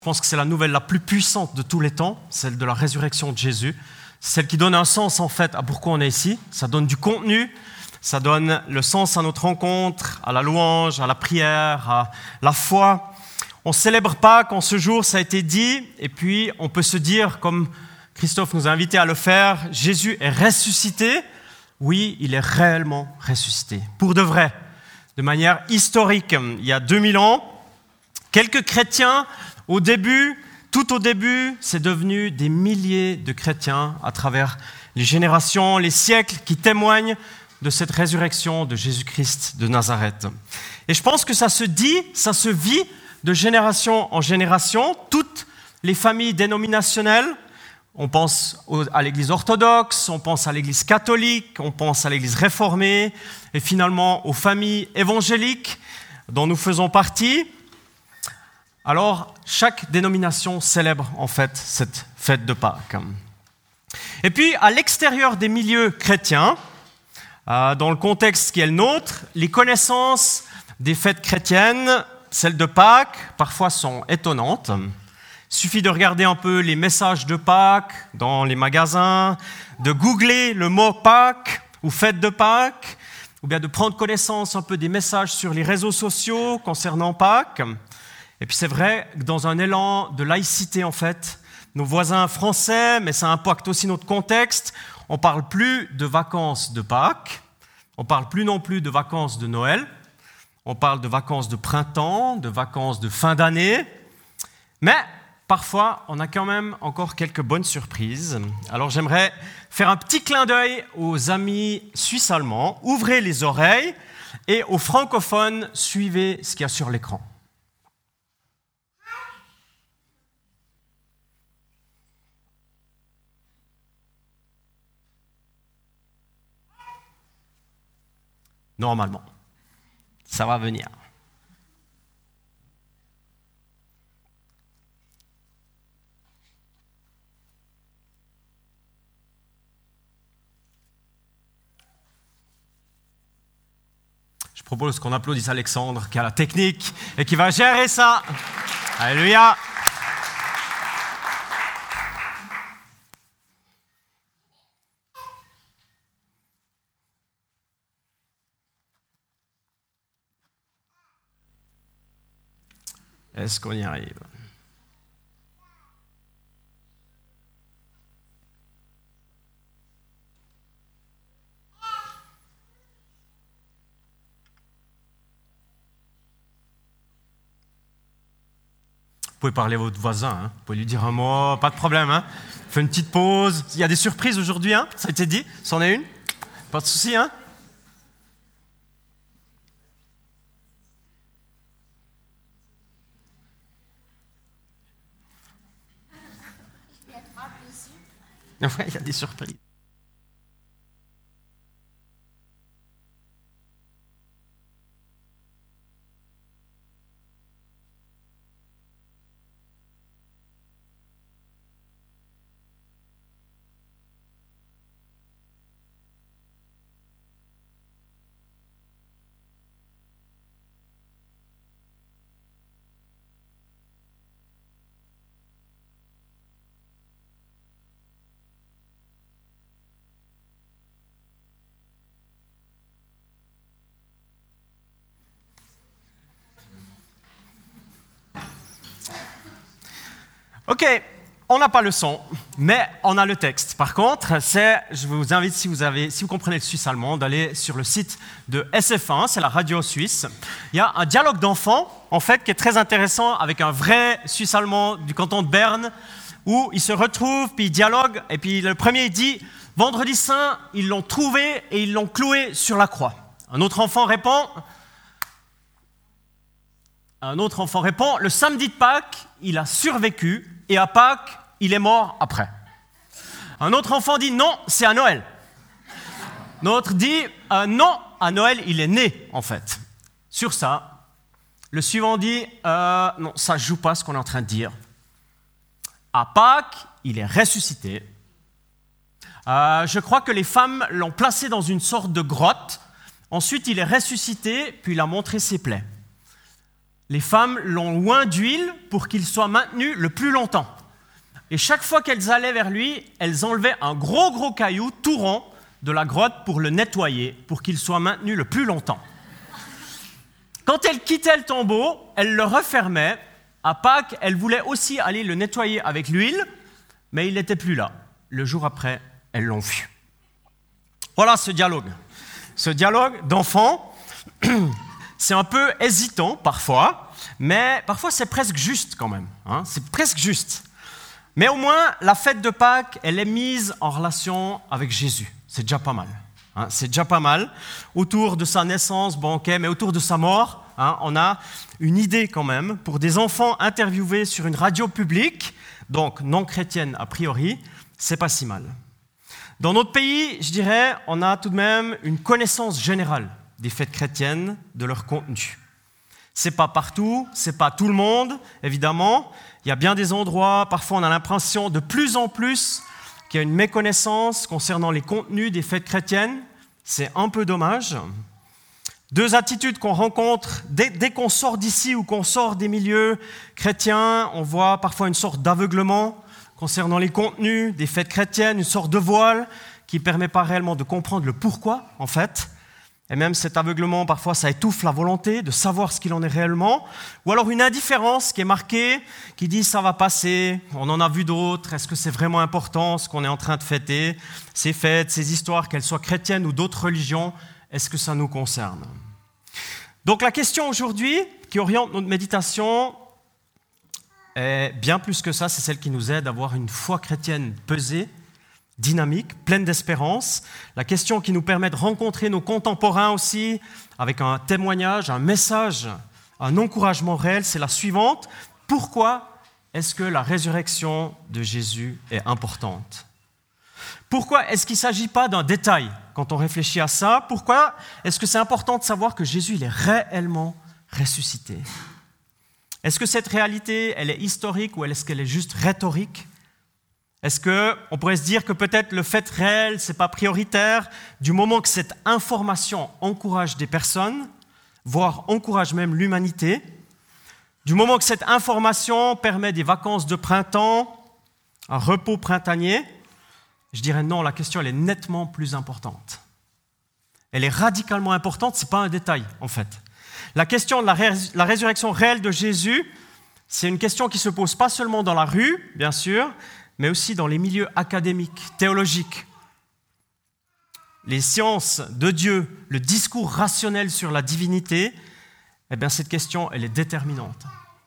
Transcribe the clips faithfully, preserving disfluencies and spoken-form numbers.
Je pense que c'est la nouvelle la plus puissante de tous les temps, celle de la résurrection de Jésus. C'est celle qui donne un sens en fait à pourquoi on est ici. Ça donne du contenu, ça donne le sens à notre rencontre, à la louange, à la prière, à la foi. On ne célèbre pas quand ce jour, ça a été dit, et puis on peut se dire, comme Christophe nous a invités à le faire, Jésus est ressuscité. Oui, il est réellement ressuscité, pour de vrai, de manière historique. Il y a deux mille ans, quelques chrétiens, au début, tout au début, c'est devenu des milliers de chrétiens à travers les générations, les siècles qui témoignent de cette résurrection de Jésus-Christ de Nazareth. Et je pense que ça se dit, ça se vit de génération en génération. Toutes les familles dénominationnelles, on pense à l'Église orthodoxe, on pense à l'Église catholique, on pense à l'Église réformée, et finalement aux familles évangéliques dont nous faisons partie. Alors, chaque dénomination célèbre en fait cette fête de Pâques. Et puis, à l'extérieur des milieux chrétiens, euh, dans le contexte qui est le nôtre, les connaissances des fêtes chrétiennes, celles de Pâques, parfois sont étonnantes. Il suffit de regarder un peu les messages de Pâques dans les magasins, de googler le mot Pâques ou fête de Pâques, ou bien de prendre connaissance un peu des messages sur les réseaux sociaux concernant Pâques. Et puis c'est vrai que dans un élan de laïcité, en fait, nos voisins français, mais ça impacte aussi notre contexte, on ne parle plus de vacances de Pâques, on ne parle plus non plus de vacances de Noël, on parle de vacances de printemps, de vacances de fin d'année, mais parfois on a quand même encore quelques bonnes surprises. Alors j'aimerais faire un petit clin d'œil aux amis suisses-allemands, ouvrez les oreilles, et aux francophones, suivez ce qu'il y a sur l'écran. Normalement, ça va venir. Je propose qu'on applaudisse Alexandre qui a la technique et qui va gérer ça. Alléluia. Est-ce qu'on y arrive? Vous pouvez parler à votre voisin, hein. Vous pouvez lui dire un mot, pas de problème. Hein. Faites une petite pause. Il y a des surprises aujourd'hui, hein. Ça a été dit, c'en est une. Pas de souci, hein. Ouais, il y a des surprises. Ok, on n'a pas le son, mais on a le texte. Par contre, c'est, je vous invite, si vous, avez, si vous comprenez le suisse allemand, d'aller sur le site de S F un, c'est la radio suisse. Il y a un dialogue d'enfants, en fait, qui est très intéressant avec un vrai suisse allemand du canton de Berne, où ils se retrouvent, puis ils dialoguent, et puis le premier il dit « Vendredi saint, ils l'ont trouvé et ils l'ont cloué sur la croix ». Un autre enfant répond... Un autre enfant répond « Le samedi de Pâques, il a survécu et à Pâques, il est mort après. » Un autre enfant dit « Non, c'est à Noël. » L'autre dit euh, « Non, à Noël, il est né, en fait. » Sur ça, le suivant dit euh, « Non, ça ne joue pas ce qu'on est en train de dire. À Pâques, il est ressuscité. Euh, je crois que les femmes l'ont placé dans une sorte de grotte. Ensuite, il est ressuscité, puis il a montré ses plaies. » les femmes l'ont oint d'huile pour qu'il soit maintenu le plus longtemps. Et chaque fois qu'elles allaient vers lui, elles enlevaient un gros gros caillou tout rond de la grotte pour le nettoyer, pour qu'il soit maintenu le plus longtemps. Quand elles quittaient le tombeau, elles le refermaient. À Pâques, elles voulaient aussi aller le nettoyer avec l'huile, mais il n'était plus là. Le jour après, elles l'ont vu. Voilà ce dialogue. Ce dialogue d'enfants, c'est un peu hésitant parfois, mais parfois c'est presque juste quand même. Hein, c'est presque juste. Mais au moins, la fête de Pâques, elle est mise en relation avec Jésus. C'est déjà pas mal. Hein, c'est déjà pas mal. Autour de sa naissance, banquet, mais autour de sa mort, hein, on a une idée quand même pour des enfants interviewés sur une radio publique, donc non chrétienne a priori, c'est pas si mal. Dans notre pays, je dirais, on a tout de même une connaissance générale des fêtes chrétiennes, de leur contenu. C'est pas partout, c'est pas tout le monde, évidemment. Il y a bien des endroits, parfois on a l'impression de plus en plus qu'il y a une méconnaissance concernant les contenus des fêtes chrétiennes. C'est un peu dommage. Deux attitudes qu'on rencontre dès, dès qu'on sort d'ici ou qu'on sort des milieux chrétiens. On voit parfois une sorte d'aveuglement concernant les contenus des fêtes chrétiennes, une sorte de voile qui ne permet pas réellement de comprendre le pourquoi, en fait. Et même cet aveuglement, parfois, ça étouffe la volonté de savoir ce qu'il en est réellement. Ou alors une indifférence qui est marquée, qui dit « ça va passer, on en a vu d'autres, est-ce que c'est vraiment important ce qu'on est en train de fêter ? Ces fêtes, ces histoires, qu'elles soient chrétiennes ou d'autres religions, est-ce que ça nous concerne ?» Donc la question aujourd'hui, qui oriente notre méditation, est bien plus que ça, c'est celle qui nous aide à avoir une foi chrétienne pesée, dynamique, pleine d'espérance. La question qui nous permet de rencontrer nos contemporains aussi, avec un témoignage, un message, un encouragement réel, c'est la suivante. Pourquoi est-ce que la résurrection de Jésus est importante ? Pourquoi est-ce qu'il ne s'agit pas d'un détail quand on réfléchit à ça ? Pourquoi est-ce que c'est important de savoir que Jésus il est réellement ressuscité ? Est-ce que cette réalité, elle est historique ou est-ce qu'elle est juste rhétorique ? Est-ce qu'on pourrait se dire que peut-être le fait réel, ce n'est pas prioritaire, du moment que cette information encourage des personnes, voire encourage même l'humanité, du moment que cette information permet des vacances de printemps, un repos printanier, je dirais non, la question elle est nettement plus importante. Elle est radicalement importante, ce n'est pas un détail en fait. La question de la, rés- la résurrection réelle de Jésus, c'est une question qui ne se pose pas seulement dans la rue, bien sûr, mais aussi dans les milieux académiques, théologiques. Les sciences de Dieu, le discours rationnel sur la divinité, eh bien cette question, elle est déterminante.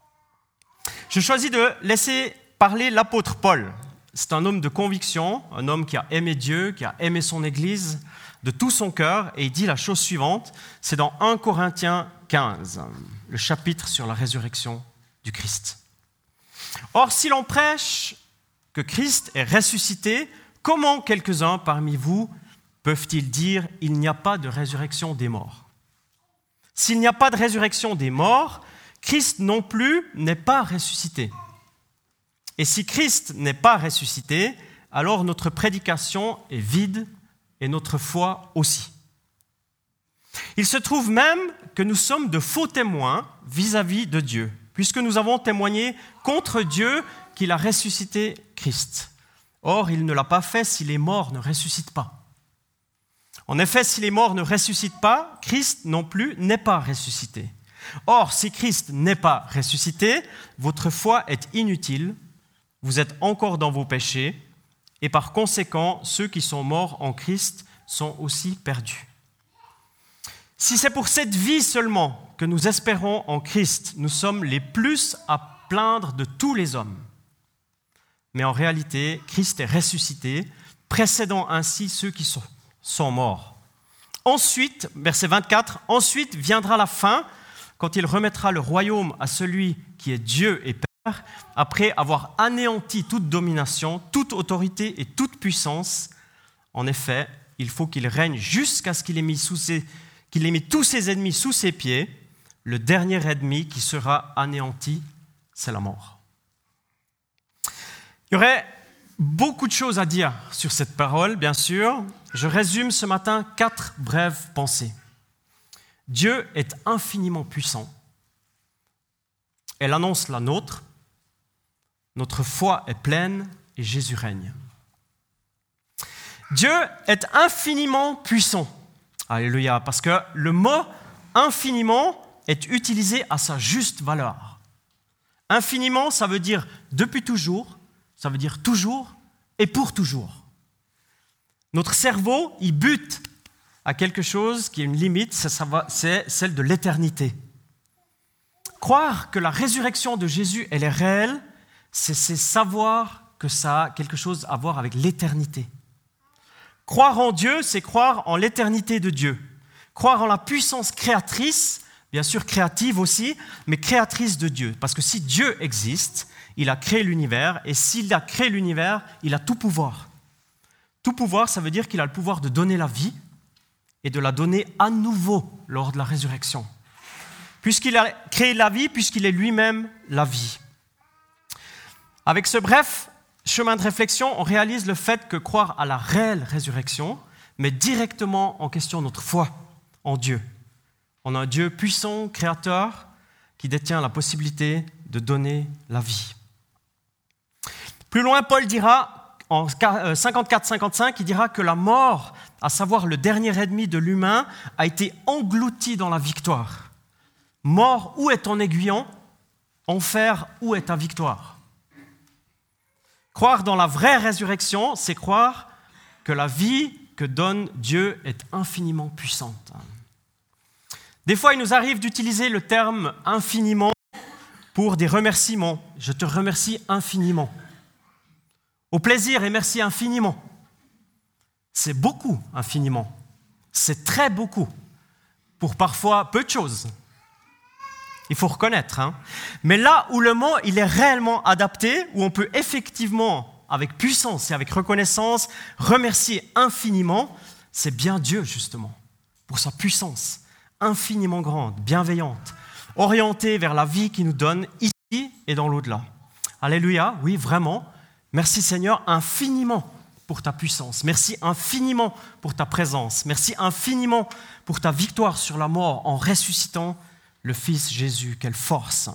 Je choisis de laisser parler l'apôtre Paul. C'est un homme de conviction, un homme qui a aimé Dieu, qui a aimé son Église de tout son cœur, et il dit la chose suivante, c'est dans premier Corinthiens quinze, le chapitre sur la résurrection du Christ. Or, si l'on prêche que Christ est ressuscité, comment quelques-uns parmi vous peuvent-ils dire « il n'y a pas de résurrection des morts » ? S'il n'y a pas de résurrection des morts, Christ non plus n'est pas ressuscité. Et si Christ n'est pas ressuscité, alors notre prédication est vide et notre foi aussi. Il se trouve même que nous sommes de faux témoins vis-à-vis de Dieu, puisque nous avons témoigné contre Dieu qu'il a ressuscité Christ. Or, il ne l'a pas fait si les morts ne ressuscitent pas. En effet, si les morts ne ressuscitent pas, Christ non plus n'est pas ressuscité. Or, si Christ n'est pas ressuscité, votre foi est inutile, vous êtes encore dans vos péchés, et par conséquent, ceux qui sont morts en Christ sont aussi perdus. Si c'est pour cette vie seulement que nous espérons en Christ, nous sommes les plus à plaindre de tous les hommes. Mais en réalité, Christ est ressuscité, précédant ainsi ceux qui sont, sont morts. Ensuite, verset vingt-quatre, ensuite viendra la fin, quand il remettra le royaume à celui qui est Dieu et Père, après avoir anéanti toute domination, toute autorité et toute puissance. En effet, il faut qu'il règne jusqu'à ce qu'il ait mis, sous ses, qu'il ait mis tous ses ennemis sous ses pieds. Le dernier ennemi qui sera anéanti, c'est la mort. Il y aurait beaucoup de choses à dire sur cette parole, bien sûr. Je résume ce matin quatre brèves pensées. Dieu est infiniment puissant. Elle annonce la nôtre. Notre foi est pleine et Jésus règne. Dieu est infiniment puissant. Alléluia, parce que le mot « infiniment » est utilisé à sa juste valeur. Infiniment, ça veut dire depuis toujours, ça veut dire toujours et pour toujours. Notre cerveau, il bute à quelque chose qui est une limite, c'est celle de l'éternité. Croire que la résurrection de Jésus, elle est réelle, c'est, c'est savoir que ça a quelque chose à voir avec l'éternité. Croire en Dieu, c'est croire en l'éternité de Dieu. Croire en la puissance créatrice, bien sûr créative aussi, mais créatrice de Dieu. Parce que si Dieu existe, il a créé l'univers, et s'il a créé l'univers, il a tout pouvoir. Tout pouvoir, ça veut dire qu'il a le pouvoir de donner la vie et de la donner à nouveau lors de la résurrection. Puisqu'il a créé la vie, puisqu'il est lui-même la vie. Avec ce bref chemin de réflexion, on réalise le fait que croire à la réelle résurrection met directement en question notre foi en Dieu. On a un Dieu puissant, créateur, qui détient la possibilité de donner la vie. Plus loin, Paul dira, en cinquante-quatre cinquante-cinq, il dira que la mort, à savoir le dernier ennemi de l'humain, a été engloutie dans la victoire. Mort, où est ton aiguillon ? Enfer, où est ta victoire ? Croire dans la vraie résurrection, c'est croire que la vie que donne Dieu est infiniment puissante. Des fois, il nous arrive d'utiliser le terme « infiniment » pour des remerciements. Je te remercie infiniment. Au plaisir et merci infiniment. C'est beaucoup, infiniment. C'est très beaucoup, pour parfois peu de choses. Il faut reconnaître. Hein. Mais là où le mot il est réellement adapté, où on peut effectivement, avec puissance et avec reconnaissance, remercier infiniment, c'est bien Dieu, justement, pour sa puissance infiniment grande, bienveillante, orientée vers la vie qu'il nous donne ici et dans l'au-delà. Alléluia, oui, vraiment. Merci Seigneur infiniment pour ta puissance. Merci infiniment pour ta présence. Merci infiniment pour ta victoire sur la mort en ressuscitant le Fils Jésus. Quelle force!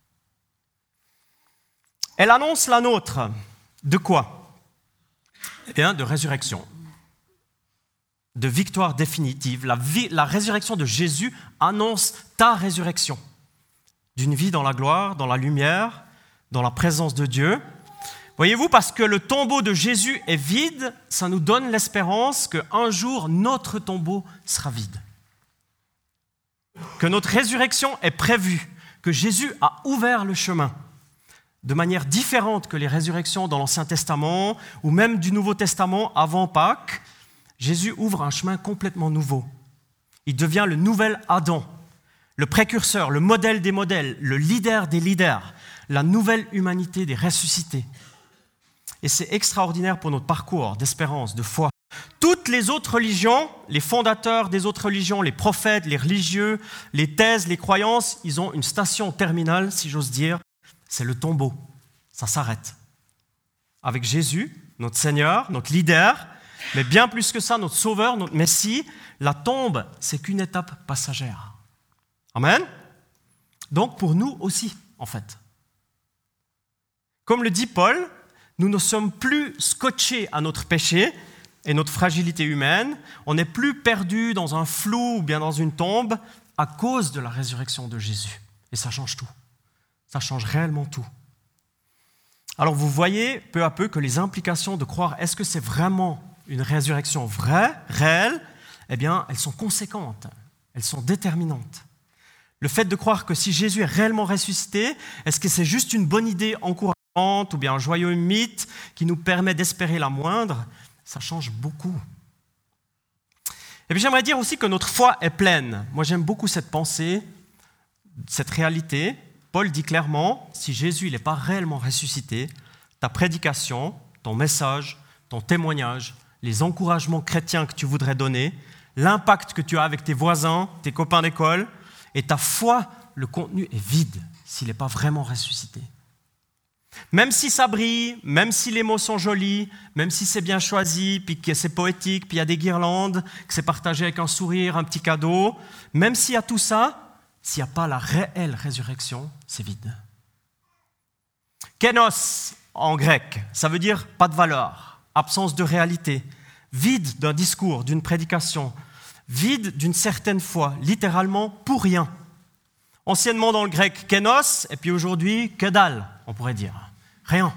Elle annonce la nôtre. De quoi? Eh bien, de résurrection. De victoire définitive. La, vie, la résurrection de Jésus annonce ta résurrection. D'une vie dans la gloire, dans la lumière, dans la présence de Dieu. Voyez-vous, parce que le tombeau de Jésus est vide, ça nous donne l'espérance qu'un jour, notre tombeau sera vide. Que notre résurrection est prévue, que Jésus a ouvert le chemin de manière différente que les résurrections dans l'Ancien Testament ou même du Nouveau Testament avant Pâques. Jésus ouvre un chemin complètement nouveau. Il devient le nouvel Adam, le précurseur, le modèle des modèles, le leader des leaders, la nouvelle humanité des ressuscités. Et c'est extraordinaire pour notre parcours d'espérance, de foi. Toutes les autres religions, les fondateurs des autres religions, les prophètes, les religieux, les thèses, les croyances, ils ont une station terminale, si j'ose dire, c'est le tombeau. Ça s'arrête. Avec Jésus, notre Seigneur, notre leader, mais bien plus que ça, notre Sauveur, notre Messie, la tombe, c'est qu'une étape passagère. Amen. Donc pour nous aussi, en fait. Comme le dit Paul, nous ne sommes plus scotchés à notre péché et notre fragilité humaine. On n'est plus perdus dans un flou ou bien dans une tombe à cause de la résurrection de Jésus. Et ça change tout. Ça change réellement tout. Alors vous voyez peu à peu que les implications de croire, est-ce que c'est vraiment une résurrection vraie, réelle? Eh bien, elles sont conséquentes, elles sont déterminantes. Le fait de croire que si Jésus est réellement ressuscité, est-ce que c'est juste une bonne idée encourageante ou bien un joyeux mythe qui nous permet d'espérer la moindre? Ça change beaucoup. Et puis j'aimerais dire aussi que notre foi est pleine. Moi j'aime beaucoup cette pensée, cette réalité. Paul dit clairement, si Jésus n'est pas réellement ressuscité, ta prédication, ton message, ton témoignage, les encouragements chrétiens que tu voudrais donner, l'impact que tu as avec tes voisins, tes copains d'école, et ta foi, le contenu est vide s'il n'est pas vraiment ressuscité. Même si ça brille, même si les mots sont jolis, même si c'est bien choisi, puis que c'est poétique, puis il y a des guirlandes, que c'est partagé avec un sourire, un petit cadeau, même s'il y a tout ça, s'il n'y a pas la réelle résurrection, c'est vide. Kénos en grec, ça veut dire pas de valeur, absence de réalité, vide d'un discours, d'une prédication, vide d'une certaine foi, littéralement pour rien. Anciennement dans le grec, kénos, et puis aujourd'hui, que dalle, on pourrait dire. Rien.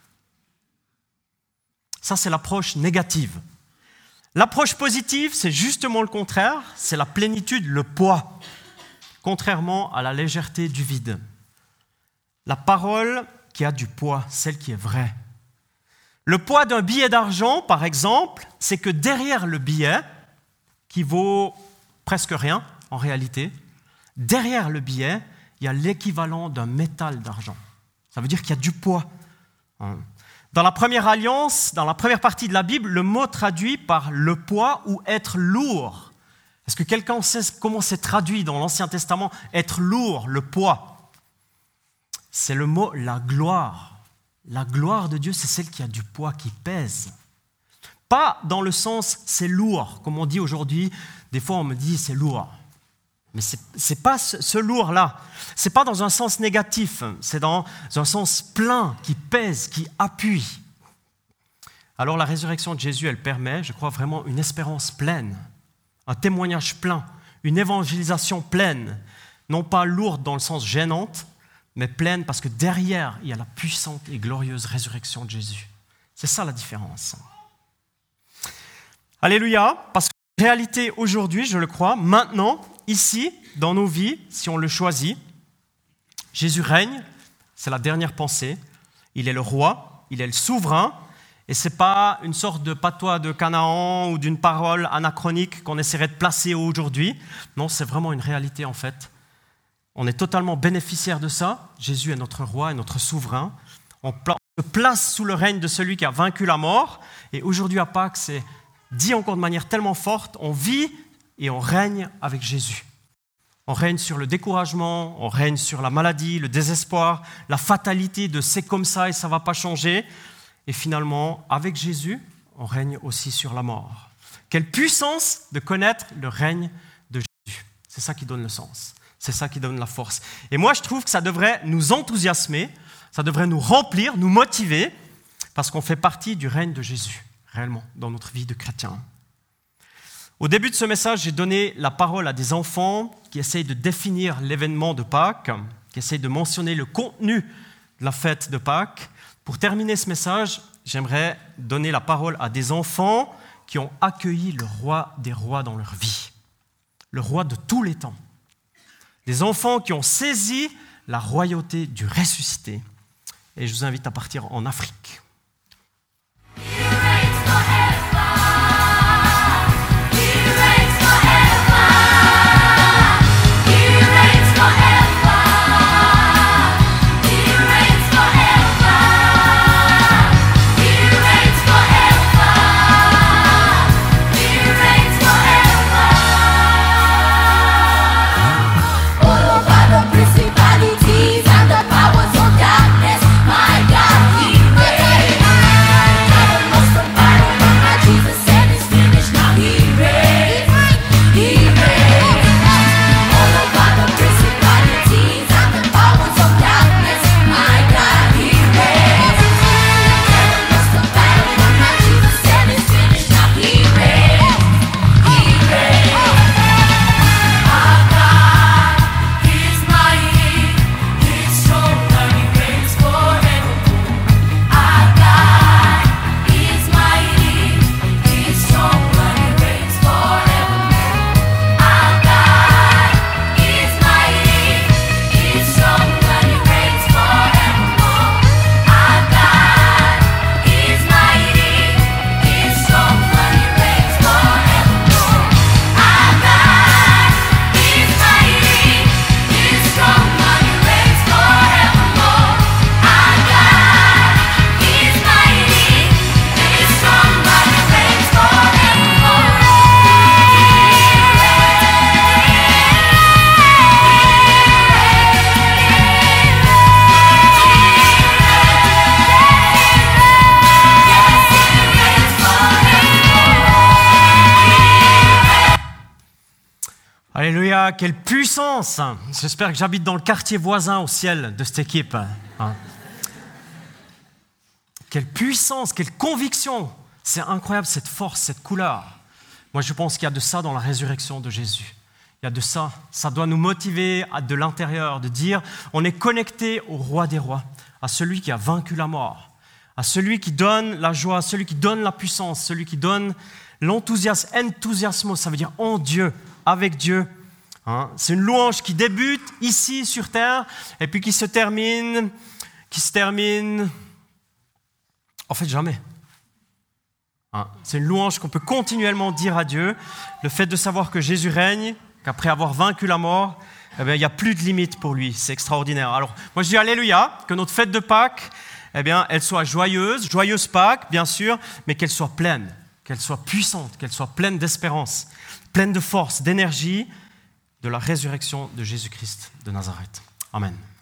Ça, c'est l'approche négative. L'approche positive, c'est justement le contraire, c'est la plénitude, le poids, contrairement à la légèreté du vide. La parole qui a du poids, celle qui est vraie. Le poids d'un billet d'argent, par exemple, c'est que derrière le billet, qui vaut presque rien en réalité, derrière le billet, il y a l'équivalent d'un métal d'argent. Ça veut dire qu'il y a du poids. Dans la première alliance, dans la première partie de la Bible, le mot traduit par le poids ou être lourd. Est-ce que quelqu'un sait comment c'est traduit dans l'Ancien Testament, être lourd, le poids? C'est le mot la gloire. La gloire de Dieu, c'est celle qui a du poids, qui pèse. Pas dans le sens c'est lourd, comme on dit aujourd'hui. Des fois, on me dit c'est lourd. Mais ce n'est pas ce, ce lourd-là. Ce n'est pas dans un sens négatif. C'est dans un sens plein, qui pèse, qui appuie. Alors la résurrection de Jésus, elle permet, je crois, vraiment une espérance pleine, un témoignage plein, une évangélisation pleine. Non pas lourde dans le sens gênante, mais pleine parce que derrière, il y a la puissante et glorieuse résurrection de Jésus. C'est ça la différence. Alléluia, parce que la réalité aujourd'hui, je le crois, maintenant, ici, dans nos vies, si on le choisit, Jésus règne, c'est la dernière pensée, il est le roi, il est le souverain, et ce n'est pas une sorte de patois de Canaan ou d'une parole anachronique qu'on essaierait de placer aujourd'hui. Non, c'est vraiment une réalité en fait. On est totalement bénéficiaire de ça. Jésus est notre roi et notre souverain. On se place sous le règne de celui qui a vaincu la mort. Et aujourd'hui à Pâques, c'est dit encore de manière tellement forte, on vit et on règne avec Jésus. On règne sur le découragement, on règne sur la maladie, le désespoir, la fatalité de c'est comme ça et ça ne va pas changer. Et finalement, avec Jésus, on règne aussi sur la mort. Quelle puissance de connaître le règne de Jésus. C'est ça qui donne le sens. C'est ça qui donne la force. Et moi, je trouve que ça devrait nous enthousiasmer, ça devrait nous remplir, nous motiver, parce qu'on fait partie du règne de Jésus, réellement, dans notre vie de chrétien. Au début de ce message, j'ai donné la parole à des enfants qui essayent de définir l'événement de Pâques, qui essayent de mentionner le contenu de la fête de Pâques. Pour terminer ce message, j'aimerais donner la parole à des enfants qui ont accueilli le roi des rois dans leur vie, le roi de tous les temps. Des enfants qui ont saisi la royauté du ressuscité. Et je vous invite à partir en Afrique. Alléluia, quelle puissance! J'espère que j'habite dans le quartier voisin au ciel de cette équipe. quelle puissance, quelle conviction. C'est incroyable cette force, cette couleur. Moi, je pense qu'il y a de ça dans la résurrection de Jésus. Il y a de ça. Ça doit nous motiver de l'intérieur, de dire on est connecté au roi des rois, à celui qui a vaincu la mort, à celui qui donne la joie, à celui qui donne la puissance, celui qui donne l'enthousiasme, enthousiasmo, ça veut dire en Dieu, avec Dieu. Hein? C'est une louange qui débute ici sur terre et puis qui se termine, qui se termine, en fait jamais. Hein? C'est une louange qu'on peut continuellement dire à Dieu. Le fait de savoir que Jésus règne, qu'après avoir vaincu la mort, eh bien, il n'y a plus de limite pour lui. C'est extraordinaire. Alors, moi je dis Alléluia, que notre fête de Pâques, eh bien, elle soit joyeuse, joyeuse Pâques, bien sûr, mais qu'elle soit pleine, qu'elle soit puissante, qu'elle soit pleine d'espérance, pleine de force, d'énergie, de la résurrection de Jésus-Christ de Nazareth. Amen.